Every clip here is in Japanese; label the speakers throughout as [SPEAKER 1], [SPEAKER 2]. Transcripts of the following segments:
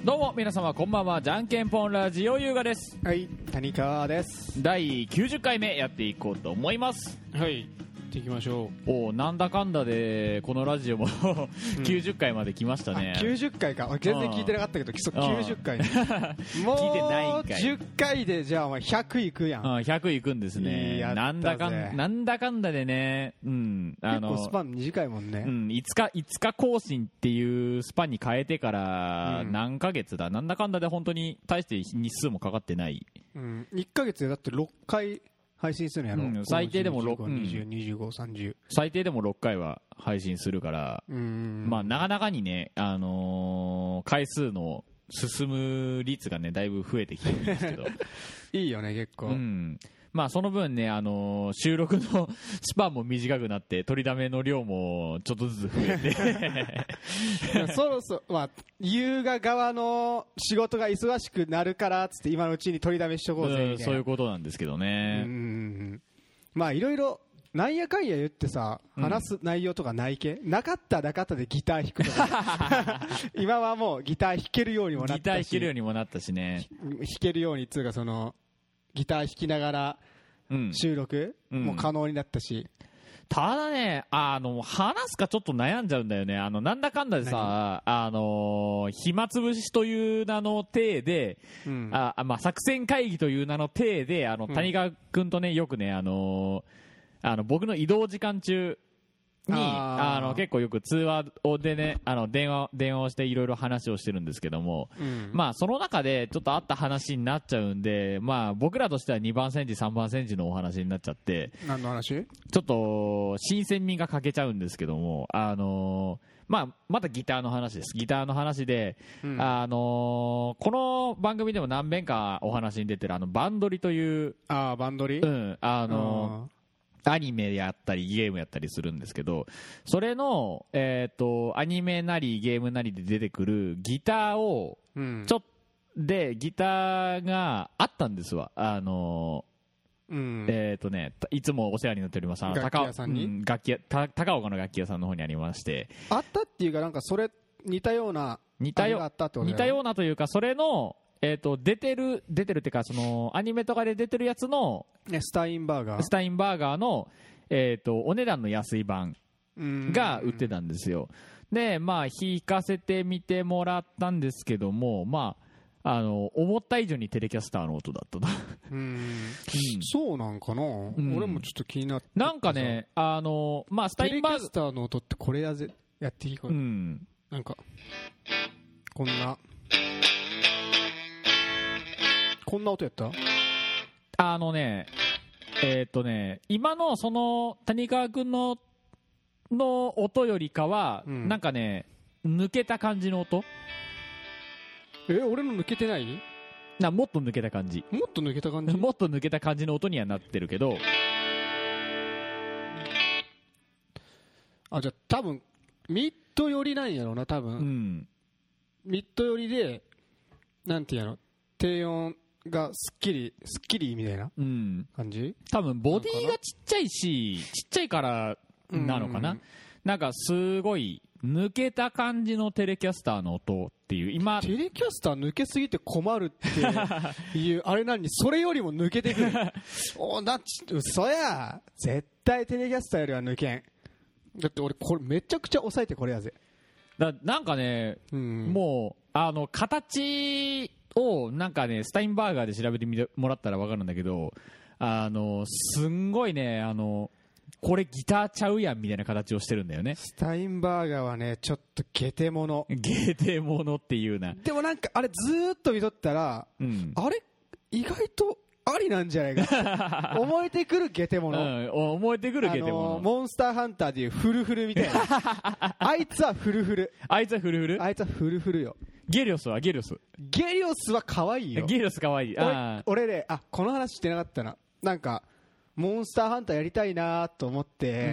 [SPEAKER 1] どうも皆様こんばんは。じゃんけんぽんラジオ優雅です。
[SPEAKER 2] はい、谷川です。
[SPEAKER 1] 第90回目やっていこうと思います。
[SPEAKER 2] はい、行っていきましょ
[SPEAKER 1] う。なんだかんだでこのラジオも90回まで来ましたね。
[SPEAKER 2] 90回か。全然聞いてなかったけど、基礎90回、ね、もう
[SPEAKER 1] 聞いてないんかい。
[SPEAKER 2] 10回でじゃあお前100いくやん。
[SPEAKER 1] 100いくんですね。なんだかんだでね、
[SPEAKER 2] 結構スパン短いもんね。
[SPEAKER 1] 5日更新っていうスパンに変えてから何ヶ月だ、なんだかんだで本当に大して日数もかかってない。
[SPEAKER 2] 1ヶ月でだって6回配信するんやろ。
[SPEAKER 1] 最低でも
[SPEAKER 2] 20、25、30
[SPEAKER 1] 最低でも6回は配信するから、まあなかなかにね、回数の進む率がねだいぶ増えてきてるんですけど
[SPEAKER 2] いいよね結構。
[SPEAKER 1] まあその分ね、収録のスパンも短くなって取りだめの量もちょっとずつ増えて
[SPEAKER 2] そろそろ、まあ、優雅側の仕事が忙しくなるからっつって今のうちに取りだめしとこうぜみたいな、
[SPEAKER 1] そういうことなんですけどね。
[SPEAKER 2] まあいろいろなんやかんや言ってさ、話す内容とかないけ、なかったでギター弾くとか今はもうギター弾けるようにもなったし、
[SPEAKER 1] ギター弾けるようにもなったしね、
[SPEAKER 2] 弾けるようにつうか、そのギター弾きながら収録も可能になったし、
[SPEAKER 1] ただね、話すかちょっと悩んじゃうんだよね。なんだかんだでさ、暇つぶしという名の体で、まあ、作戦会議という名の体で、谷川君とね、よくね、僕の移動時間中に結構よく通話でね、電話をしていろいろ話をしてるんですけども、まあその中でちょっとあった話になっちゃうんで、まあ僕らとしては2番煎じ3番煎じのお話になっちゃって、
[SPEAKER 2] 何の話？
[SPEAKER 1] ちょっと新鮮味が欠けちゃうんですけども、まあ、またギターの話です。ギターの話で、この番組でも何遍かお話に出てるバンドリという、
[SPEAKER 2] バンドリ？
[SPEAKER 1] アニメやったりゲームやったりするんですけど、それの、アニメなりゲームなりで出てくるギターを、ギターがあったんですわ。いつもお世話になっております
[SPEAKER 2] 楽器屋さんに、
[SPEAKER 1] 高岡の楽器屋さんの方にありまして、
[SPEAKER 2] あったっていうか、なんかそれ似たような
[SPEAKER 1] 似たようなというか、それの出てるっていうか、そのアニメとかで出てるやつの
[SPEAKER 2] スタインバーガ
[SPEAKER 1] ーのお値段の安い版が売ってたんですよ。で、まあ弾かせてみてもらったんですけども、まあ思った以上にテレキャスターの音だったと。
[SPEAKER 2] そうなんかな、俺もちょっと気になって。
[SPEAKER 1] なんかね、まあスタインバーガー
[SPEAKER 2] テレキャスターの音ってこれやっていいかな、なんかこんな音やった？
[SPEAKER 1] 今のその谷川君の音よりかは、なんかね、抜けた感じの音。
[SPEAKER 2] 俺の抜けてない？
[SPEAKER 1] もっと抜けた感じ。
[SPEAKER 2] もっと抜けた感じ
[SPEAKER 1] もっと抜けた感じの音にはなってるけど、
[SPEAKER 2] じゃあ多分ミッド寄りなんやろうな、多分。ミッド寄りで、なんていうの、低音がすっきりみたいな感じ。
[SPEAKER 1] 多分ボディがちっちゃいし、ちっちゃいからなのかな。なんかすごい抜けた感じのテレキャスターの音っていう。今
[SPEAKER 2] テレキャスター抜けすぎて困るっていうあれそれよりも抜けてくる嘘や、絶対テレキャスターよりは抜けん。だって俺これめちゃくちゃ抑えてこれやぜ。
[SPEAKER 1] なんかね、もう形をなんかね、スタインバーガーで調べてみてもらったら分かるんだけど、すんごいね、これギターちゃうやんみたいな形をしてるんだよね。
[SPEAKER 2] スタインバーガーはね、ちょっとゲテモノ
[SPEAKER 1] っていうな。
[SPEAKER 2] でもなんかあれずーっと見とったら、あれ意外とありなんじゃないか思えてくるゲテモノ、
[SPEAKER 1] 思えてくるゲテモノ。
[SPEAKER 2] モンスターハンターでいうフルフルみたいなあいつはフルフルよ。
[SPEAKER 1] ゲリオスは
[SPEAKER 2] 可愛いよ。
[SPEAKER 1] ゲリオス可愛い。
[SPEAKER 2] 俺ね、この話してなかったな。なんかモンスターハンターやりたいなと思って、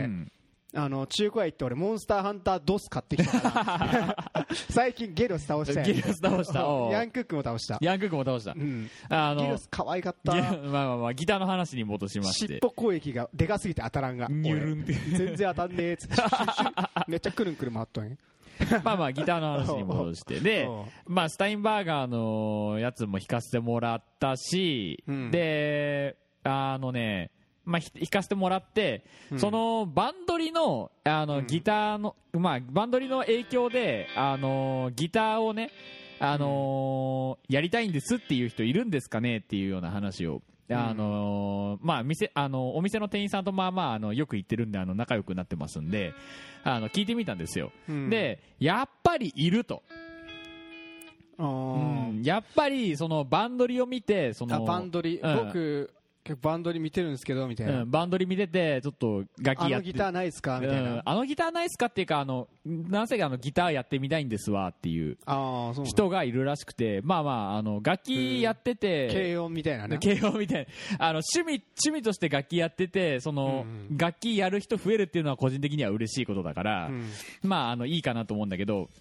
[SPEAKER 2] 中古屋行って俺モンスターハンタードス買ってきたから最近ゲリオス倒したよ。ヤンクックも倒した。
[SPEAKER 1] ゲリ
[SPEAKER 2] オス可愛かった。
[SPEAKER 1] まあギターの話に戻しまして、
[SPEAKER 2] 尻尾攻撃がでかすぎて当たらんが、
[SPEAKER 1] ニュルンって
[SPEAKER 2] 全然当たんねえっつってめっちゃくるんくる回っとんね。
[SPEAKER 1] まあまあギターの話に戻してで、まあ、スタインバーガーのやつも弾かせてもらったし、でまあ、弾かせてもらって、そのバンドリの、ギターの、まあ、バンドリの影響で、ギターをね、やりたいんですっていう人いるんですかねっていうような話を、まあ、お店の店員さんとまあまあよく行ってるんで仲良くなってますんで聞いてみたんですよ、でやっぱりいると。やっぱりそのバンドリを見て
[SPEAKER 2] バンドリ、僕結構バンドリ見てるんですけどみたいな、
[SPEAKER 1] バンドリ見ててちょっと楽器やって
[SPEAKER 2] ギターないっすかみたいな、
[SPEAKER 1] あのギターないっすかっていうかなんせギターやってみたいんですわっていう人がいるらしくて、まあまあ楽器やってて
[SPEAKER 2] 軽音みたいなね、
[SPEAKER 1] 軽音みたいな趣味として楽器やってて楽器やる人増えるっていうのは個人的には嬉しいことだから、まあいいかなと思うんだけど、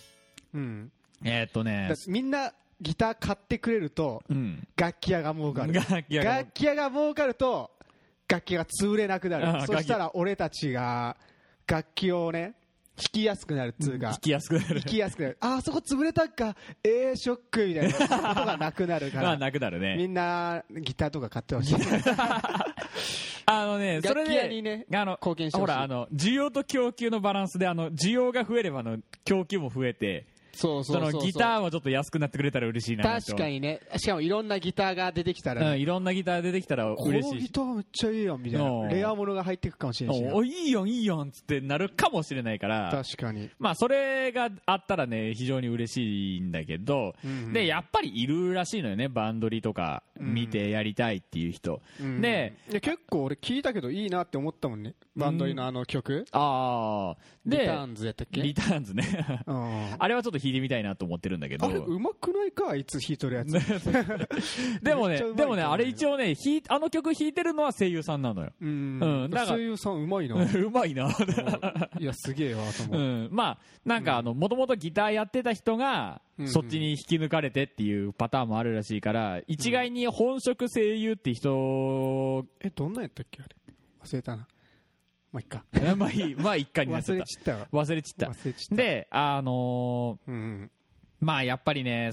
[SPEAKER 1] みんなギター買ってくれると、楽器屋が儲かる。楽器屋が儲かると楽器が潰れなくなる。そしたら俺たちが楽器をね弾きやすくなるっつうか、 弾きやすくなる。
[SPEAKER 2] あそこ潰れたんか、ショックみたいなことがなくなるから
[SPEAKER 1] なくなるね。
[SPEAKER 2] みんなギターとか買ってほしい。
[SPEAKER 1] それで
[SPEAKER 2] 楽器屋にね貢献してほしい。
[SPEAKER 1] ほら需要と供給のバランスで需要が増えれば供給も増えて、
[SPEAKER 2] そう
[SPEAKER 1] ギターもちょっと安くなってくれたら嬉しいなと。
[SPEAKER 2] 確かにね。しかもいろんなギターが出てきたら、
[SPEAKER 1] いろんなギター出てきたら嬉しい。
[SPEAKER 2] このギターめっちゃいいやんみたいな、レアものが入っていくかもしれないし、
[SPEAKER 1] いいやんっつってなるかもしれないから、
[SPEAKER 2] 確かに、
[SPEAKER 1] まあそれがあったらね非常に嬉しいんだけど、でやっぱりいるらしいのよね、バンドリとか見てやりたいっていう人、で
[SPEAKER 2] 結構俺聞いたけどいいなって思ったもんね、バンドリの曲。
[SPEAKER 1] リタ
[SPEAKER 2] ーンズやったっけ。
[SPEAKER 1] リターンズねあれはちょっと弾いてみたいなと思ってるんだけど、
[SPEAKER 2] あれうまくないか、いつ弾いとるやつ
[SPEAKER 1] でもねあれ一応ねあの曲弾いてるのは声優さんなのよ。
[SPEAKER 2] だから声優さんうまいな
[SPEAKER 1] うまいな。
[SPEAKER 2] いやすげえわと思う。
[SPEAKER 1] まあなんかもともとギターやってた人がそっちに引き抜かれてっていうパターンもあるらしいから、一概に本職声優って人、
[SPEAKER 2] どんなんやったっけあれ、忘れたな。まあいっか。
[SPEAKER 1] まあ一回になっちゃった。忘れちった。でまあやっぱりね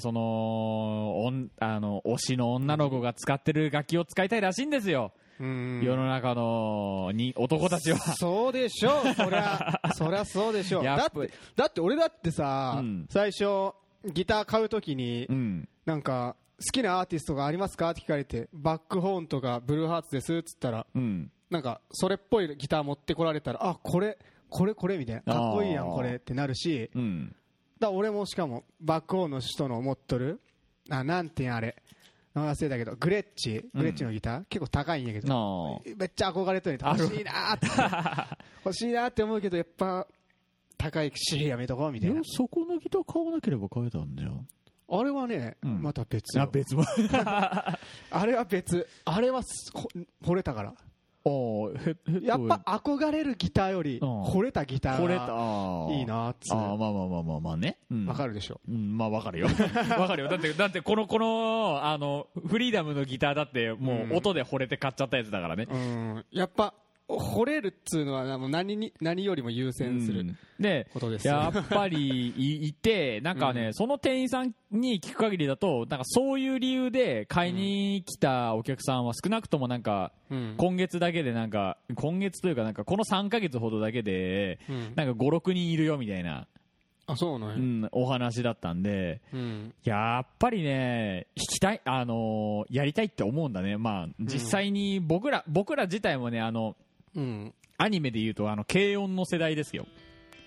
[SPEAKER 1] 推しの女の子が使ってる楽器を使いたいらしいんですよ、世の中の男たちは。
[SPEAKER 2] そうでしょう、そりゃそうでしょう。だって俺だってさ、最初ギター買うときに、なんか好きなアーティストがありますかって聞かれて、バックホーンとかブルーハーツですっつったら、なんかそれっぽいギター持ってこられたら、あこれみたいな、かっこいいやんこれってなるし、だ俺もしかもバックホーンの人の持っとるなんてあれ忘れたけど、グレッチのギター、結構高いんやけど、めっちゃ憧れとるんで欲しいなって思うけど、やっぱ高いしやめとこうみたいな。
[SPEAKER 1] そこのギター買わなければ買えたんだよ。
[SPEAKER 2] あれはね、また別よ。
[SPEAKER 1] 別も
[SPEAKER 2] あれは別。あれは惚れたから。やっぱ憧れるギターより惚れたギターがいいなっつう。
[SPEAKER 1] まあね、
[SPEAKER 2] わかるでしょ。
[SPEAKER 1] まあわかるよ。わかるよ。だってこのフリーダムのギターだってもう音で惚れて買っちゃったやつだからね。
[SPEAKER 2] やっぱ惚れるっつうのは何よりも優先することですよ。
[SPEAKER 1] やっぱりいて、なんかね、その店員さんに聞く限りだと、なんかそういう理由で買いに来たお客さんは少なくともなんか、今月だけでなんか、今月というかなんかこの3ヶ月ほどだけで、なんか5、6人いるよみたいな。
[SPEAKER 2] そうなんや。
[SPEAKER 1] お話だったんで、やっぱりね弾きたい、やりたいって思うんだね。まあ実際に僕ら自体もねアニメでいうと軽音の世代ですよ。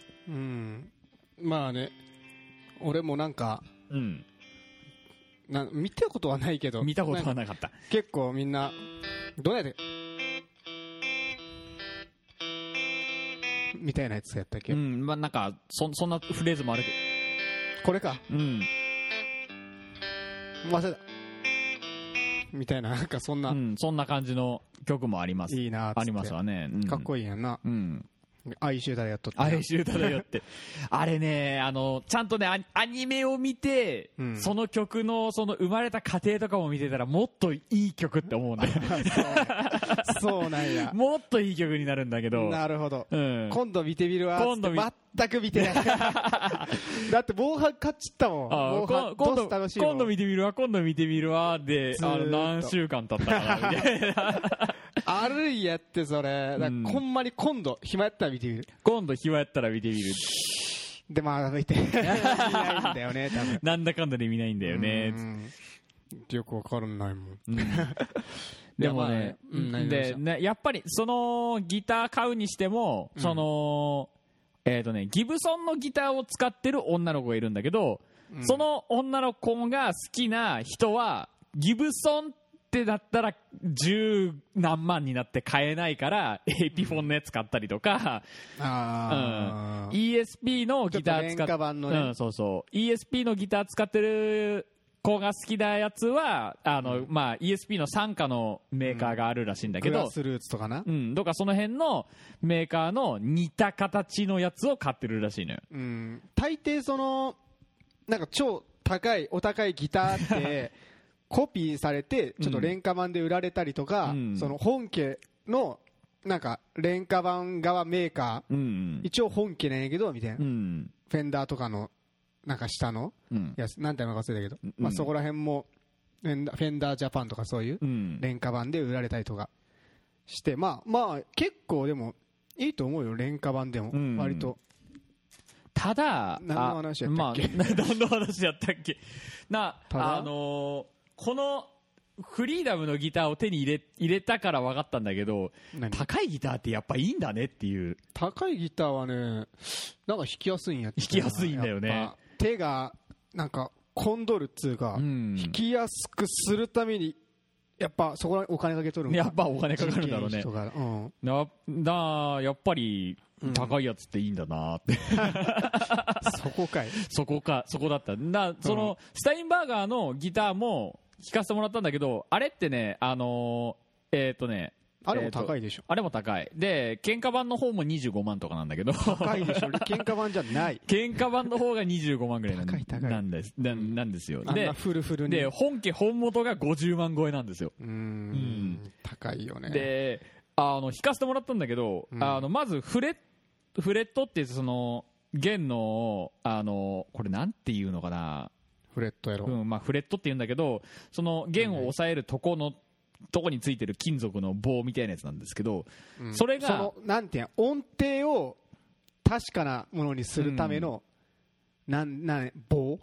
[SPEAKER 2] まあね、俺もなんか見たことはないけど、
[SPEAKER 1] 見たことはなかった。
[SPEAKER 2] 結構みんなどうやってみたいなやつやったっけ。
[SPEAKER 1] まあなんかそんなフレーズもあるけど、
[SPEAKER 2] これか。忘れたみたいな、なんかそんな
[SPEAKER 1] 感じの曲もあります。
[SPEAKER 2] いいな、
[SPEAKER 1] ありますわね。
[SPEAKER 2] かっこいいやんな。 哀愁だよっとって
[SPEAKER 1] 哀愁だよってあれねちゃんとねアニメを見て、その曲のその生まれた過程とかも見てたらもっといい曲って思うんだよ
[SPEAKER 2] そうなんや
[SPEAKER 1] もっといい曲になるんだけど。
[SPEAKER 2] なるほど、今度見てみるわ全く見てないだってモンハン勝っちったもん。モンハンドス楽しいもん。
[SPEAKER 1] 今度見てみるわで何週間経ったかなみたいな
[SPEAKER 2] あるんやってそれだからほんまに今度暇やったら見てみる。
[SPEAKER 1] 今度暇やったら見てみる
[SPEAKER 2] でまあ見て見ないんだよね多分
[SPEAKER 1] なんだかんだで見ないんだよね
[SPEAKER 2] よくわからないもん、
[SPEAKER 1] でもね、やっぱりそのギター買うにしても、そのギブソンのギターを使ってる女の子がいるんだけど、その女の子が好きな人はギブソンってだったら10何万になって買えないからエピフォンのやつ買ったりとか、ESP のギター使って、そうそう ESP のギター使ってる子が好きなやつはまあ、ESP の傘下のメーカーがあるらしいんだけど、
[SPEAKER 2] グラスルーツとかな、
[SPEAKER 1] とかその辺のメーカーの似た形のやつを買ってるらしいのよ。
[SPEAKER 2] 大抵そのなんか超お高いギターってコピーされてちょっと廉価版で売られたりとか、その本家のなんか廉価版側メーカー、一応本家なんやけどみたいな、フェンダーとかのなんか下のやつ、なんていうのか忘れたけど、まあそこら辺もフェンダージャパンとかそういう廉価版で売られたりとかして、まあ結構でもいいと思うよ廉価版でも割と。
[SPEAKER 1] ただ
[SPEAKER 2] 何の話やったっけ、
[SPEAKER 1] 何の話やったっけこのフリーダムのギターを手に入れたから分かったんだけど、高いギターってやっぱいいんだねっていう。
[SPEAKER 2] 高いギターはねなんか弾きやすいんやって。
[SPEAKER 1] 弾きやすいんだよね。
[SPEAKER 2] 手がなんかコンドルっつうか、弾きやすくするためにやっぱそこにお金かけとるんか。
[SPEAKER 1] やっぱお金かかるんだろうね。やっぱり高いやつっていいんだなって
[SPEAKER 2] そこかい。
[SPEAKER 1] そこだった。そのスタインバーガーのギターも弾かせてもらったんだけど、あれってねあれも
[SPEAKER 2] 高いでしょ。
[SPEAKER 1] あれも高いで、喧嘩版の方も25万とかなんだけど
[SPEAKER 2] 高いでしょ。喧嘩版じゃない
[SPEAKER 1] 喧嘩版の方が25万ぐらいなんですよ。で
[SPEAKER 2] フルフルに
[SPEAKER 1] で本元が50万超えなんですよ。
[SPEAKER 2] 高いよね。
[SPEAKER 1] で弾かせてもらったんだけど、まずフレットってその弦のこれなんていうのかな、
[SPEAKER 2] フレットやろ、
[SPEAKER 1] フレットって言うんだけど、その弦を押さえるとこについてる金属の棒みたいなやつなんですけど、それが
[SPEAKER 2] そのなんていう音程を確かなものにするための、棒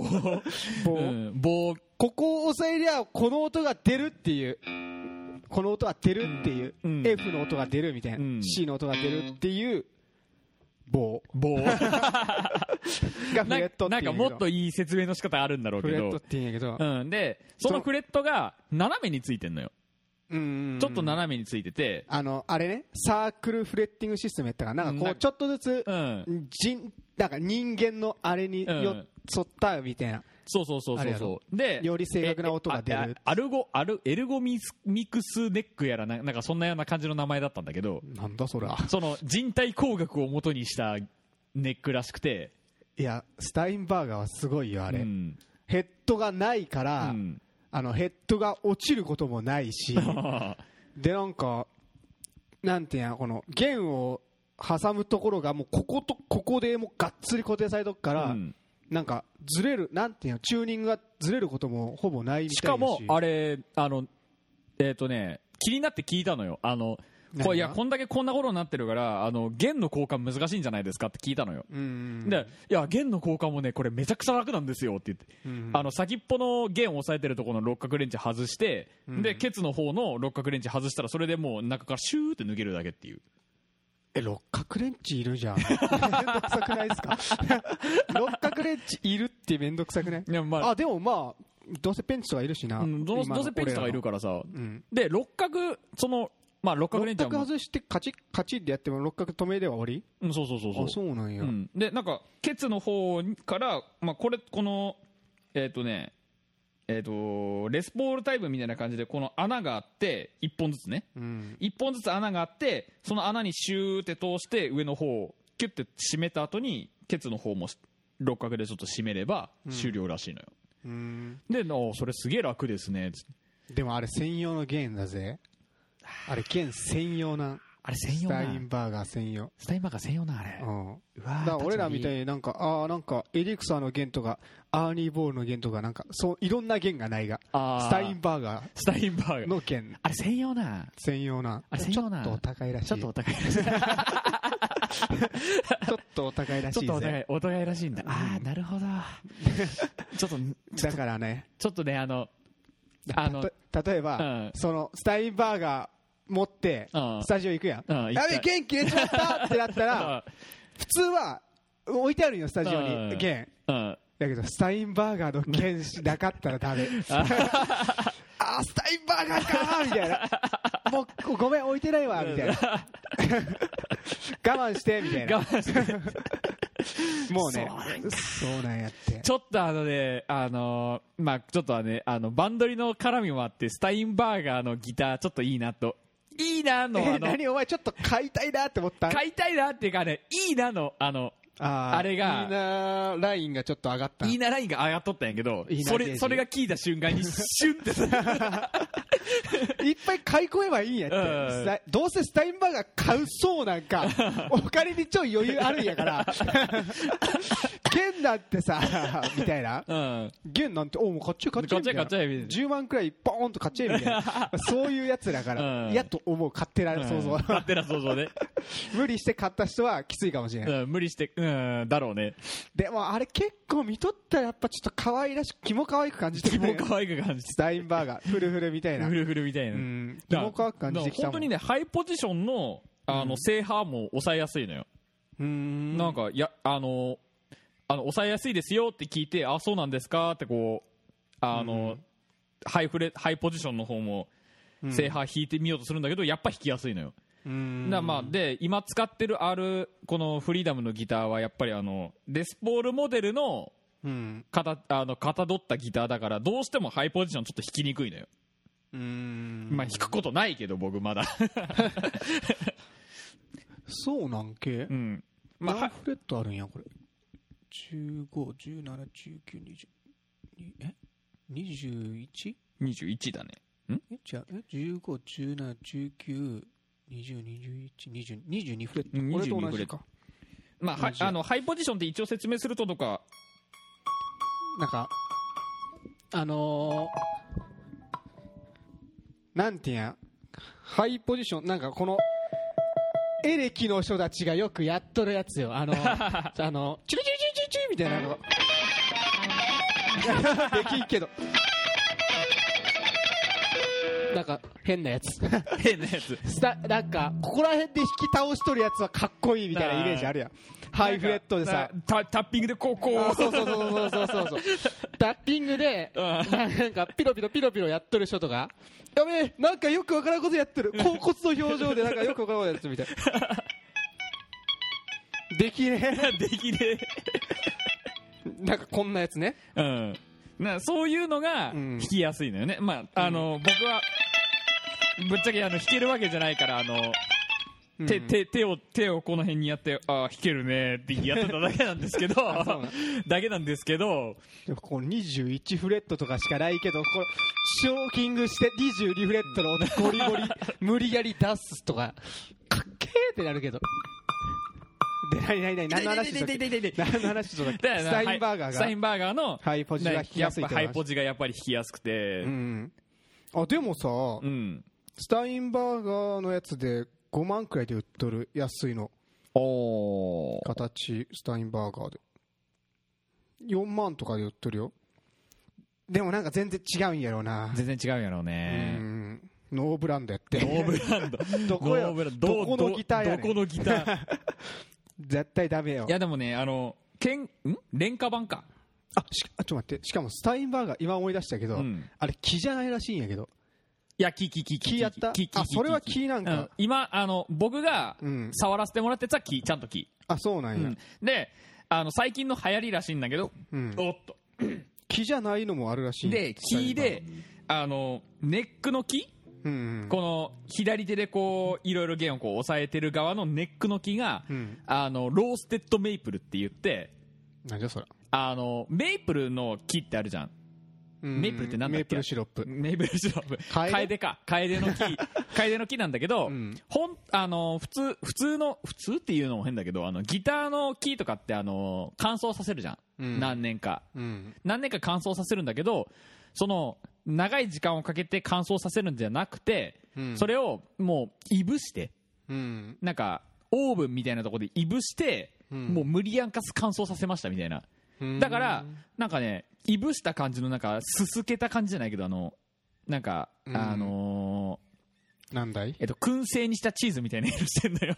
[SPEAKER 2] ここを押さえりゃこの音が出るっていう、この音が出るっていう、F の音が出るみたいな、C の音が出るっていう棒がフレットっていう。
[SPEAKER 1] なんかもっといい説明の仕方あるんだろうけど、
[SPEAKER 2] フレットって言うんやけど、
[SPEAKER 1] でそのフレットが斜めについてんのよ。ちょっと斜めについてて、
[SPEAKER 2] あれね、サークルフレッティングシステムやったから、なんかこうちょっとずつ、なんか人間のあれに沿ったみたいな。
[SPEAKER 1] そうで
[SPEAKER 2] より正確な音が出る。
[SPEAKER 1] エルゴミクスネックやらなんかそんなような感じの名前だったんだけど、
[SPEAKER 2] なんだそれは。
[SPEAKER 1] その人体工学を元にしたネックらしくて、
[SPEAKER 2] いやスタインバーガーはすごいよあれ、ヘッドがないから、ヘッドが落ちることもないしでなんかなんていうの、この弦を挟むところがもうこことここでもうがっつり固定されとくから、なんかずれる、なんていうの、チューニングがずれることもほぼないみたいだし。
[SPEAKER 1] しかもあれ気になって聞いたのよ。いやこんだけこんなことになってるから弦の交換難しいんじゃないですかって聞いたのよ。でいや弦の交換もねこれめちゃくちゃ楽なんですよって言って、先っぽの弦を押さえてるところの六角レンチ外して、でケツの方の六角レンチ外したらそれでもう中からシューって抜けるだけっていう。
[SPEAKER 2] 六角レンチいるじゃんめんどくさくないですか六角レンチいるってめんどくさくない？いや、でもまあどうせペンチとかいるしな、
[SPEAKER 1] どうせペンチとかいるからさ、で六角六角レンチは
[SPEAKER 2] 六角外してカチッカチッでやっても六角止めでは終わ
[SPEAKER 1] り？そう
[SPEAKER 2] あ、そうなんや。
[SPEAKER 1] でなんかケツの方からこのレスポールタイプみたいな感じでこの穴があって1本ずつね、1本ずつ穴があってその穴にシューって通して上の方をキュッて締めた後にケツの方も六角でちょっと締めれば終了らしいのよ、でそれすげえ楽ですね。
[SPEAKER 2] でもあれ専用の弦だぜ。あれ弦専用な、
[SPEAKER 1] あれ専用な、
[SPEAKER 2] スタインバーガー専用、
[SPEAKER 1] スタインバーガー専用なあれ、
[SPEAKER 2] うわだから俺らみたいになんかエリクサーの弦とかアーニーボールの弦とかなんかそういろんな弦がないが、スタインバーガーの弦、
[SPEAKER 1] あれ専用な、
[SPEAKER 2] あれちょっとお高いらしい、ちょっとお高いらしい
[SPEAKER 1] らしいんだ。なるほどちょっと
[SPEAKER 2] だからね、
[SPEAKER 1] ちょっとね
[SPEAKER 2] 例えば、そのスタインバーガー持ってスタジオ行くやん、やべ弦切れちまったってなったら普通は置いてあるよスタジオに弦、だけどスタインバーガーの弦なかったらダメスタインバーガーかみたいな、もうごめん置いてないわみたいな我慢してみたいなもうね、そうなんやって。
[SPEAKER 1] ちょっとまあちょっとねバンドリの絡みもあってスタインバーガーのギターちょっといいなの
[SPEAKER 2] 何お前ちょっと買いたいなって思った？
[SPEAKER 1] 買いたいなっていうかね、いいなのあれが
[SPEAKER 2] いいなラインがちょっと上がった、
[SPEAKER 1] いいなラインが上がっとったんやけど、それが聞いた瞬間にシュンってさ
[SPEAKER 2] いっぱい買い込めばいいんやって、どうせスタインバーガー買うそうなんかお金にちょい余裕あるんやから弦なんてさみたいな、弦なんてもう買っちゃえみたいな、10万くらいポーンと買っちゃえみたいなそういうやつだから、やっと思う、勝手な想像で無理して買った人はきついかもしれない、
[SPEAKER 1] 無理してだろうね。
[SPEAKER 2] でもあれ結構見とったらやっぱちょっと可愛らしく、キモ可愛く感じてきた、スタインバーガーフルフルみたいな、
[SPEAKER 1] キ
[SPEAKER 2] モ可愛く感じてきたもん。
[SPEAKER 1] 本当にね、ハイポジションの正派も抑えやすいのよ。なんか抑えやすいですよって聞いて、あ、そうなんですかってこうハイポジションの方も正派弾いてみようとするんだけど、やっぱ弾きやすいのよ。で今使ってるこのフリーダムのギターはやっぱりレスポールモデルのかたどったギターだから、どうしてもハイポジションちょっと弾きにくいのよ。まあ弾くことないけど僕まだ
[SPEAKER 2] そうなんけ、何フレットあるんやこれ、15、17、19、20 21？
[SPEAKER 1] 21だね。
[SPEAKER 2] じゃあ15、17、19、20、21、20、22フレット、これと同じか。
[SPEAKER 1] まあハイポジションって一応説明するととか、
[SPEAKER 2] なんかなんていうんや、ハイポジション、なんかこのエレキの人たちがよくやっとるやつよ、チュルチュルチュルチュルチュルみたいなのできんけどなんか変なやつなんかここら辺で引き倒しとるやつはかっこいいみたいなイメージあるやん。ハイフレットでさ
[SPEAKER 1] タッピングでこう
[SPEAKER 2] そうタッピングでなんかピロピロやっとる人とか、やべえなんかよくわからんことやってる、甲骨の表情でなんかよくわからんことやってるみたいできねえなんかこんなやつね、
[SPEAKER 1] そういうのが弾きやすいのよね。まあ僕はぶっちゃけ弾けるわけじゃないから手をこの辺にやって弾けるねってやってただけなんですけど
[SPEAKER 2] でもこの21フレットとかしかないけど、これショーキングして22フレットのゴリゴリ無理やり出すとかかっけーってなるけど、で何の話スタインバーガーの
[SPEAKER 1] ハイポジが弾きやすい、ハイポジがやっぱり弾きやすくて、
[SPEAKER 2] でもさ、スタインバーガーのやつで5万くらいで売っとる、安いの形、スタインバーガーで4万とかで売っとるよ。でもなんか全然違うんやろうな。
[SPEAKER 1] 全然違うんやろうね。
[SPEAKER 2] ノーブランドやって。
[SPEAKER 1] ノーブランド
[SPEAKER 2] どこのギターやねん。
[SPEAKER 1] どこのギター
[SPEAKER 2] 絶対ダメよ。
[SPEAKER 1] いやでもね、廉価版か。
[SPEAKER 2] ちょっと待って、しかもスタインバーガー今思い出したけど、あれ木じゃないらしいんやけど。
[SPEAKER 1] いや木
[SPEAKER 2] やった。それは木なんか。
[SPEAKER 1] 今僕が触らせてもらってた木、ちゃんと木。
[SPEAKER 2] そうなんや。
[SPEAKER 1] で最近の流行りらしいんだけど、おっと
[SPEAKER 2] 木じゃないのもあるらしい。
[SPEAKER 1] で木でネックの木、
[SPEAKER 2] うんうん、
[SPEAKER 1] この左手でこういろいろ弦をこう押さえてる側のネックの木が、ローステッドメイプルって言って、
[SPEAKER 2] なんじゃそら、
[SPEAKER 1] メイプルの木ってあるじゃん。メイプルってなんだっけ？
[SPEAKER 2] メイプルシロップ。
[SPEAKER 1] メイプルシロップ。カエデか。カエデの木。カエデの木なんだけど、普通っていうのも変だけど、ギターの木とかって乾燥させるじゃん。何年か。何年か乾燥させるんだけど、その、長い時間をかけて乾燥させるんじゃなくて、それをもう、いぶして、なんか、オーブンみたいなところでいぶして、もう無理やんかす乾燥させましたみたいな。だからなんかね、いぶした感じのなんかすすけた感じじゃないけど、なんか
[SPEAKER 2] なんだい、
[SPEAKER 1] 燻製にしたチーズみたいな色してんだよ。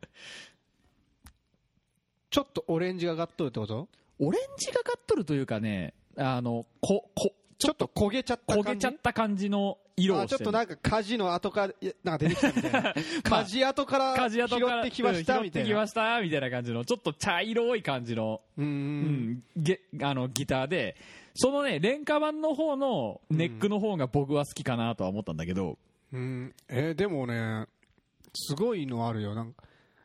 [SPEAKER 2] ちょっとオレンジがかっとるってこと？
[SPEAKER 1] オレンジがかっとるというかね、
[SPEAKER 2] ちょっと焦げちゃった感じ
[SPEAKER 1] の色をしてる。
[SPEAKER 2] ちょっとなんか火事の後からなんか出てきたみたいな。火事後から拾ってきましたみたいな。拾ってきました
[SPEAKER 1] みたいな感じの、ちょっと茶色い感じのギターで、そのね、廉価版の方のネックの方が僕は好きかなとは思ったんだけど。
[SPEAKER 2] でもね、すごいのあるよ。なんか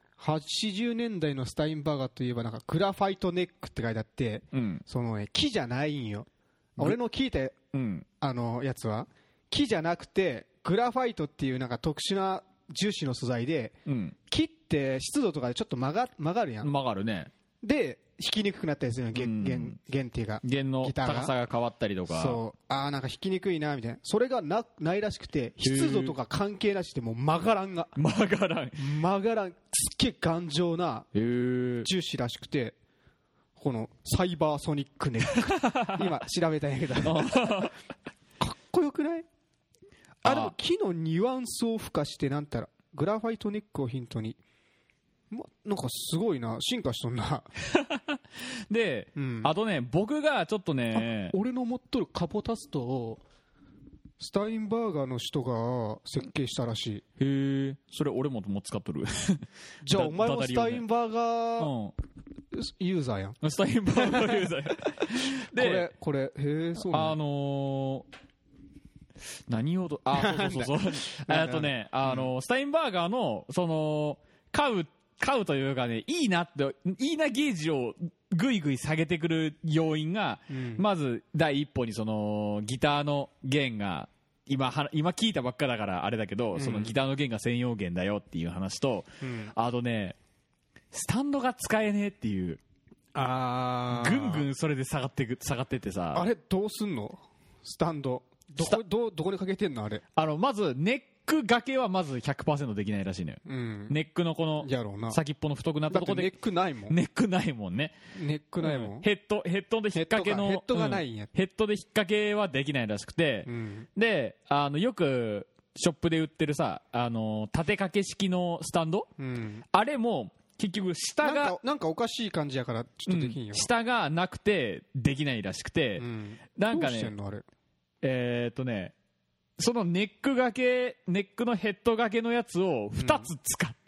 [SPEAKER 2] 80年代のスタインバーガーといえばなんかグラファイトネックって書いてあって、そのね、木じゃないんよ。俺の聞いた、やつは木じゃなくてグラファイトっていうなんか特殊な樹脂の素材で、木って湿度とかでちょっと曲がるやん。
[SPEAKER 1] 曲がるね。
[SPEAKER 2] で弾きにくくなったりするの、弦っていうか
[SPEAKER 1] 弦の高さが変わったりとか。
[SPEAKER 2] そうなんか弾きにくいなみたいな。それがないらしくて、湿度とか関係なしでもう曲がらんすっげえ頑丈な樹脂らしくて、このサイバーソニックネック今調べたんやけどかっこよくない？でも木のニュアンスを付加してなんたらグラファイトネックをヒントに、なんかすごいな、進化しとんな
[SPEAKER 1] で、あとね、僕がちょっとね、
[SPEAKER 2] 俺の持っとるカポタストをスタインバーガーの人が設計したらしい。
[SPEAKER 1] へえ、それ俺も使っとる
[SPEAKER 2] じゃあお前もスタインバーガーユーザーやん。
[SPEAKER 1] スタインバーガーユーザー
[SPEAKER 2] でこれへえ、そうな
[SPEAKER 1] の何をそうスタインバーガーのその買うというかね、いいなゲージをぐいぐい下げてくる要因が、まず第一歩にそのギターの弦が今聞いたばっかだからあれだけど、そのギターの弦が専用弦だよっていう話と、あとね、スタンドが使えねえっていう、ぐんぐんそれで下がってってさ、
[SPEAKER 2] あれどうすんの？スタンドどこにかけてんの？あれ
[SPEAKER 1] まずネックがけはまず 100% できないらしいのよ、ネックのこの先っぽの太くなったところで。
[SPEAKER 2] ネックないもん
[SPEAKER 1] ね。
[SPEAKER 2] ネックないもん。
[SPEAKER 1] ヘッドで引っ掛けの
[SPEAKER 2] ヘッドがないんや、
[SPEAKER 1] ヘッドで引っ掛けはできないらしくて、でよくショップで売ってるさ、縦掛け式のスタンド、あれも結局下が
[SPEAKER 2] なんかおかしい感じやからちょっとできんよ、
[SPEAKER 1] 下がなくてできないらしくて、なんかね、
[SPEAKER 2] どうしてんのあれ。
[SPEAKER 1] そのネックのヘッド掛けのやつを2つ使って、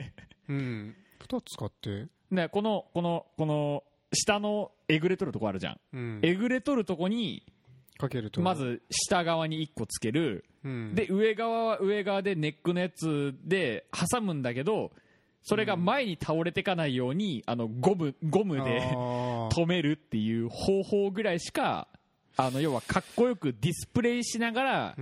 [SPEAKER 2] 2つ使って
[SPEAKER 1] ね、この下のえぐれとるとこあるじゃん、えぐれとるとこに
[SPEAKER 2] かけると、
[SPEAKER 1] まず下側に1個つける、で上側は上側でネックのやつで挟むんだけど、それが前に倒れていかないようにゴムで止めるっていう方法ぐらいしか、要はかっこよくディスプレイしながら、ネ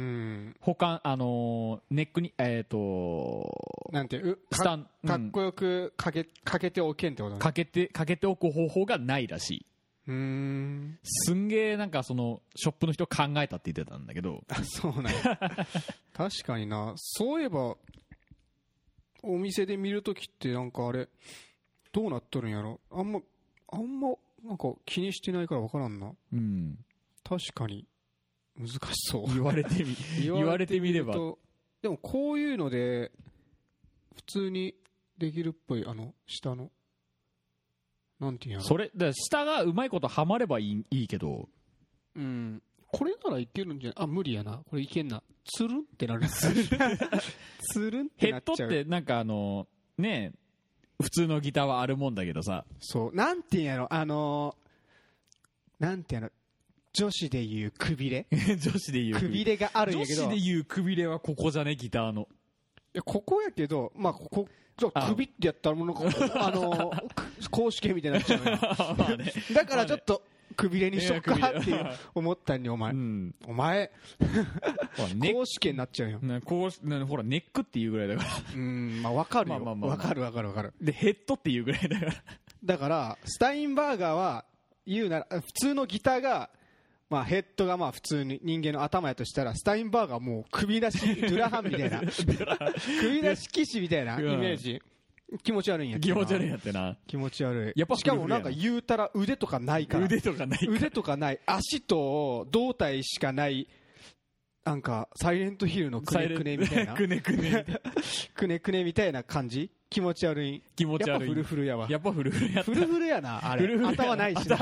[SPEAKER 1] ックに
[SPEAKER 2] なんてかっこよくかけておけんってことね。
[SPEAKER 1] かけておく方法がないらしい。すんげえなんかそのショップの人考えたって言ってたんだけど。
[SPEAKER 2] そうなんや確かにな。そういえばお店で見るときってなんかあれどうなっとるんやろ。あんまなんか気にしてないから分からんな。確かに難しそう。
[SPEAKER 1] 言われてみれば。
[SPEAKER 2] でもこういうので普通にできるっぽい。下のなんていうの、
[SPEAKER 1] それだ下がうまいことはまればいいけど、
[SPEAKER 2] これならいけるんじゃない？無理やな。これいけんな。つるんってなる。つるんってなっちゃう。
[SPEAKER 1] ヘッドってなんかね、普通のギターはあるもんだけどさ、
[SPEAKER 2] そうなんていうんやろ、なんていうの、 女子でいうくびれ
[SPEAKER 1] 女子でいう
[SPEAKER 2] くびれがあるんやけど、
[SPEAKER 1] 女子でいうくびれはここじゃね、ギターの。
[SPEAKER 2] いやここやけど、まあここ首ってやったらもうなんか公式みたいになっちゃうよ
[SPEAKER 1] まあね、
[SPEAKER 2] だからちょっとくびれにしよっかっていう思ったんに、お前、お前公式になっちゃうよ。
[SPEAKER 1] ほらネックっていうぐらいだから。
[SPEAKER 2] まあわかるよ、わかるわかるわかる。
[SPEAKER 1] でヘッドっていうぐらいだから。
[SPEAKER 2] だからスタインバーガーは言うなら普通のギターが、まあヘッドがまあ普通に人間の頭やとしたら、スタインバーガーはもう首なしドゥラハンみたいな首なし騎士みたいなイメージ。気持ち悪いんやってな。
[SPEAKER 1] 気持ち悪いんやってな。
[SPEAKER 2] 気持ち悪い。
[SPEAKER 1] やっぱ
[SPEAKER 2] しかもなんか言うたら腕とかないから。
[SPEAKER 1] 腕とかない。
[SPEAKER 2] 足と胴体しかない。なんかサイレントヒルのくねくねみたいな。くねくねみたいな感じ。気持ち悪い。やっぱフルフルやわ。
[SPEAKER 1] やっぱフルフルやった。
[SPEAKER 2] フルフルやなあれ。頭ないしな。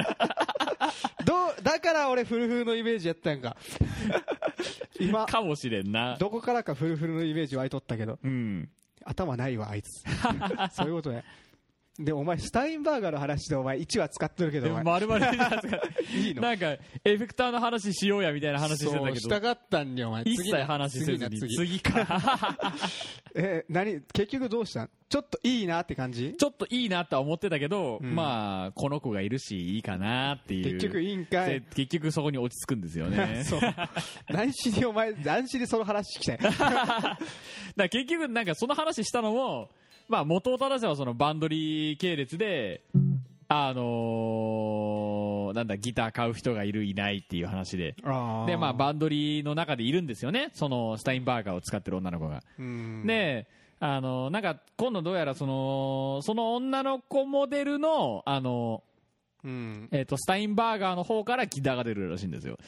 [SPEAKER 2] だから俺フルフルのイメージやったんか。今
[SPEAKER 1] かもしれんな。
[SPEAKER 2] どこからかフルフルのイメージ湧いとったけど。頭ないわあいつ。そういうことや。でお前スタインバーガーの話でお前1話使っとるけど、お前
[SPEAKER 1] 丸々
[SPEAKER 2] いいの。
[SPEAKER 1] なんかエフェクターの話しようやみたいな話してたけど、そう
[SPEAKER 2] したかったんにお前。
[SPEAKER 1] 一切話せずに次か。
[SPEAKER 2] 何結局どうしたん。ちょっといいなって感じ。
[SPEAKER 1] ちょっといいなとは思ってたけど、まあこの子がいるしいいかなっていう。
[SPEAKER 2] 結局いいんかい。
[SPEAKER 1] 結局そこに落ち着くんですよね。
[SPEAKER 2] そう。何しにその話聞きたい。
[SPEAKER 1] だから結局なんかその話したのも、まあ元を正せばそのバンドリー系列で、なんだギター買う人がいるいないっていう話で、でまあバンドリーの中でいるんですよね、そのスタインバーガーを使ってる女の子が。でなんか今度どうやらその女の子モデルのスタインバーガーの方からギターが出るらしいんですよ。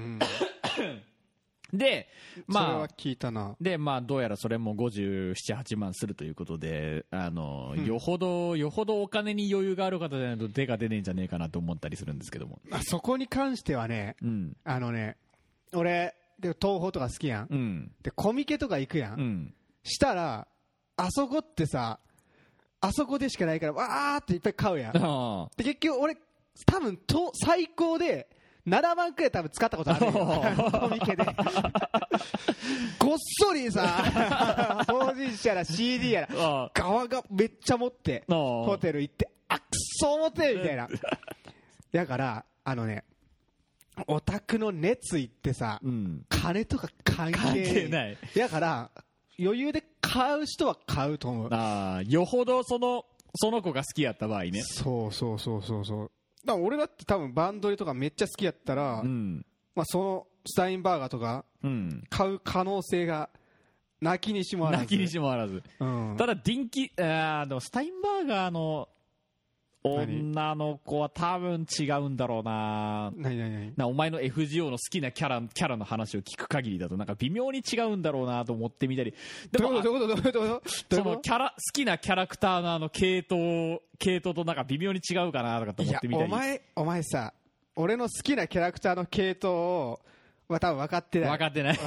[SPEAKER 1] で、まあ、
[SPEAKER 2] それは聞いたな。
[SPEAKER 1] で、まあ、どうやらそれも57、8万するということで、よほどお金に余裕がある方じゃないと手が出ねえんじゃねえかなと思ったりするんですけども。
[SPEAKER 2] そこに関してはね、俺、で東宝とか好きやん。で、コミケとか行くやん。したら、あそこってさ、あそこでしかないから、わーっていっぱい買うやん。で、結局俺、多分最高で、7万くらい多分使ったことあるよコミケでごっそりさ当事者ら CD やら側がめっちゃ持ってホテル行ってくそ重てみたいな。だからオタクの熱意ってさ、金とか関係ない。だから余裕で買う人は買うと思う。
[SPEAKER 1] よほどその子が好きやった場合ね。
[SPEAKER 2] そうだから俺だって多分バンドリとかめっちゃ好きやったら、まあ、そのスタインバーガーとか買う可能性がなきにしもあらず、ただスタインバーガーの女の子は多分違うんだろうな。お前の FGO の好きなキャラの話を聞く限りだとなんか微妙に違うんだろうなと思ってみたり。でもどういうこと
[SPEAKER 1] その好きなキャラクターの系統となんか微妙に違うかなとかと思ってみたり。
[SPEAKER 2] いやお前さ、俺の好きなキャラクターの系統を多分分かってない。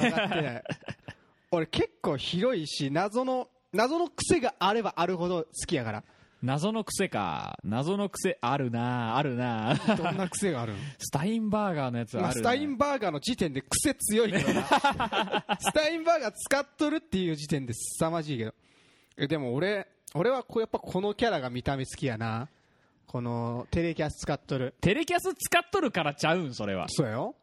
[SPEAKER 2] 俺結構広いし、謎の癖があればあるほど好きやから。
[SPEAKER 1] 謎の癖あるな。
[SPEAKER 2] どんな癖があるの？
[SPEAKER 1] スタインバーガーのやつはあるな。
[SPEAKER 2] スタインバーガーの時点で癖強いけどなスタインバーガー使っとるっていう時点で凄まじいけど。でも俺はやっぱこのキャラが見た目好きやな。このテレキャス使っとるからちゃうんそれは。そうよ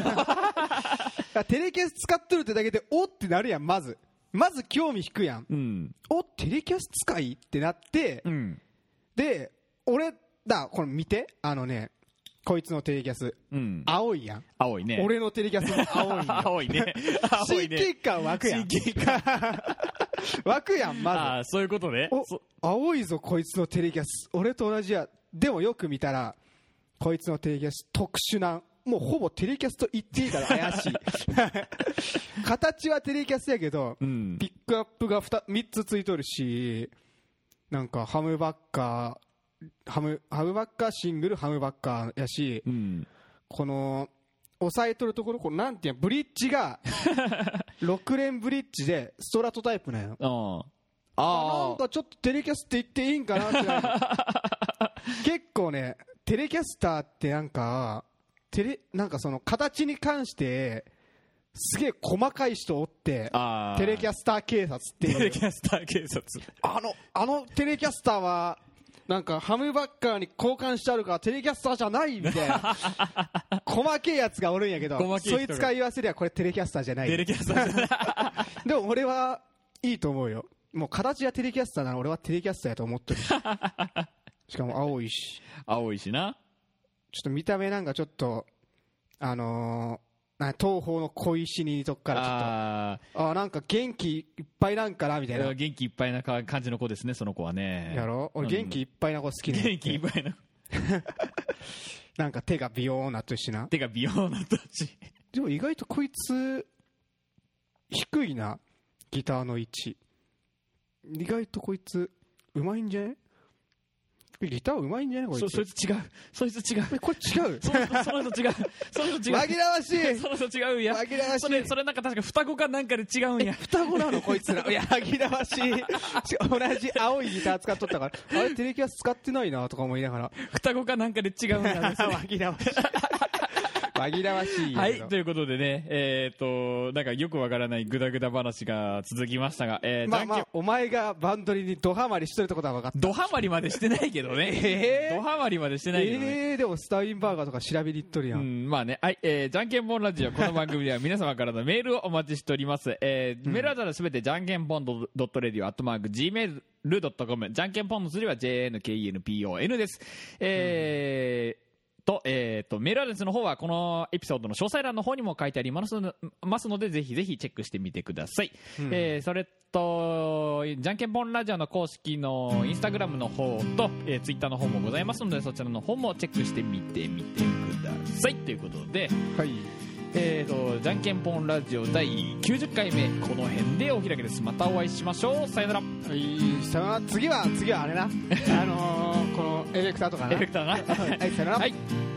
[SPEAKER 2] テレキャス使っとるってだけでおってなるやん。まず興味引くやん、おテレキャス使いってなって、で俺これ見てこいつのテレキャス、青いやん。
[SPEAKER 1] 青いね。
[SPEAKER 2] 俺のテレキャスも青いやん
[SPEAKER 1] 青いね。
[SPEAKER 2] 親近感湧くやん。湧くやん。まず
[SPEAKER 1] そういうことね。
[SPEAKER 2] 青いぞこいつのテレキャス、俺と同じや。でもよく見たらこいつのテレキャス特殊な、もうほぼテレキャスと言っていいから怪しい形はテレキャスやけど、ピックアップが3つついとるし、なんかハムバッカーシングルハムバッカーやし、この押さえとるところ、なんていうブリッジが6連ブリッジでストラトタイプなんよ。なんかちょっとテレキャスって言っていいんかなって結構ね、テレキャスターってなんかなんかその形に関してすげえ細かい人おって、テレキャスター警察っていう、
[SPEAKER 1] テレキャスター警察、
[SPEAKER 2] あのテレキャスターはなんかハムバッカーに交換してあるからテレキャスターじゃないみたいな細けえやつがおるんやけど、そいつから言わせりゃこれテレキャスターじゃない。
[SPEAKER 1] テレキャスターじゃない
[SPEAKER 2] でも俺はいいと思うよ。もう形はテレキャスターなら俺はテレキャスターやと思ってるしかも青いし
[SPEAKER 1] な。
[SPEAKER 2] ちょっと見た目なんかちょっと東方の小石にとこからちょっとなんか元気いっぱいなんかなみたいな。
[SPEAKER 1] 元気いっぱいな感じの子ですね、その子はね。
[SPEAKER 2] やろ、俺元気いっぱいな子好きね。
[SPEAKER 1] 元気いっぱいな
[SPEAKER 2] なんか手がビヨーンなっとしな。
[SPEAKER 1] 手がビヨーンなっとし。
[SPEAKER 2] でも意外とこいつ低いな、ギターの位置。意外とこいつうまいんじゃね。ギターうまいんじゃないこいつ。
[SPEAKER 1] そいつ違う。
[SPEAKER 2] これ違う。
[SPEAKER 1] その人違う。
[SPEAKER 2] 紛らわしい。
[SPEAKER 1] その人違うや。
[SPEAKER 2] 紛らわしい。
[SPEAKER 1] それなんか確か双子かなんかで違うんや。
[SPEAKER 2] 双子なのこいつら。いや紛らわしい。同じ青いギター使っとったから、あれテレキャス使ってないなとか思いながら。
[SPEAKER 1] 双子かなんかで違うんや。
[SPEAKER 2] 紛らわしい。紛らわしい。
[SPEAKER 1] はい、ということでね、なんかよくわからないグダグダ話が続きましたが、
[SPEAKER 2] お前がバンドリにドハマりしてるってことは分かった。
[SPEAKER 1] ドハマりまでしてないけどね。ドハマりまでしてないけどね。
[SPEAKER 2] でもスタインバーガーとか調べに行っとるやん。
[SPEAKER 1] まあね、はい、じゃんけんぽんラジオ、この番組では皆様からのメールをお待ちしております。メールアドレスすべてじゃんけんぽん.radio@gmail.com、じゃんけんぽんの釣りは JNKENPON です。メールアドレスの方はこのエピソードの詳細欄の方にも書いてありますので、ぜひぜひチェックしてみてください。それとじゃんけんぽんラジオの公式のインスタグラムの方と、ツイッターの方もございますので、そちらの方もチェックしてみてみてくださいということで、
[SPEAKER 2] はい、
[SPEAKER 1] じゃんけんぽんラジオ第90回目この辺でお開きです。またお会いしましょう。さよなら。
[SPEAKER 2] はい、さよなら。次はあれなこのエフェクターとかな。
[SPEAKER 1] エフェクターな。
[SPEAKER 2] はい、さよなら。
[SPEAKER 1] はい。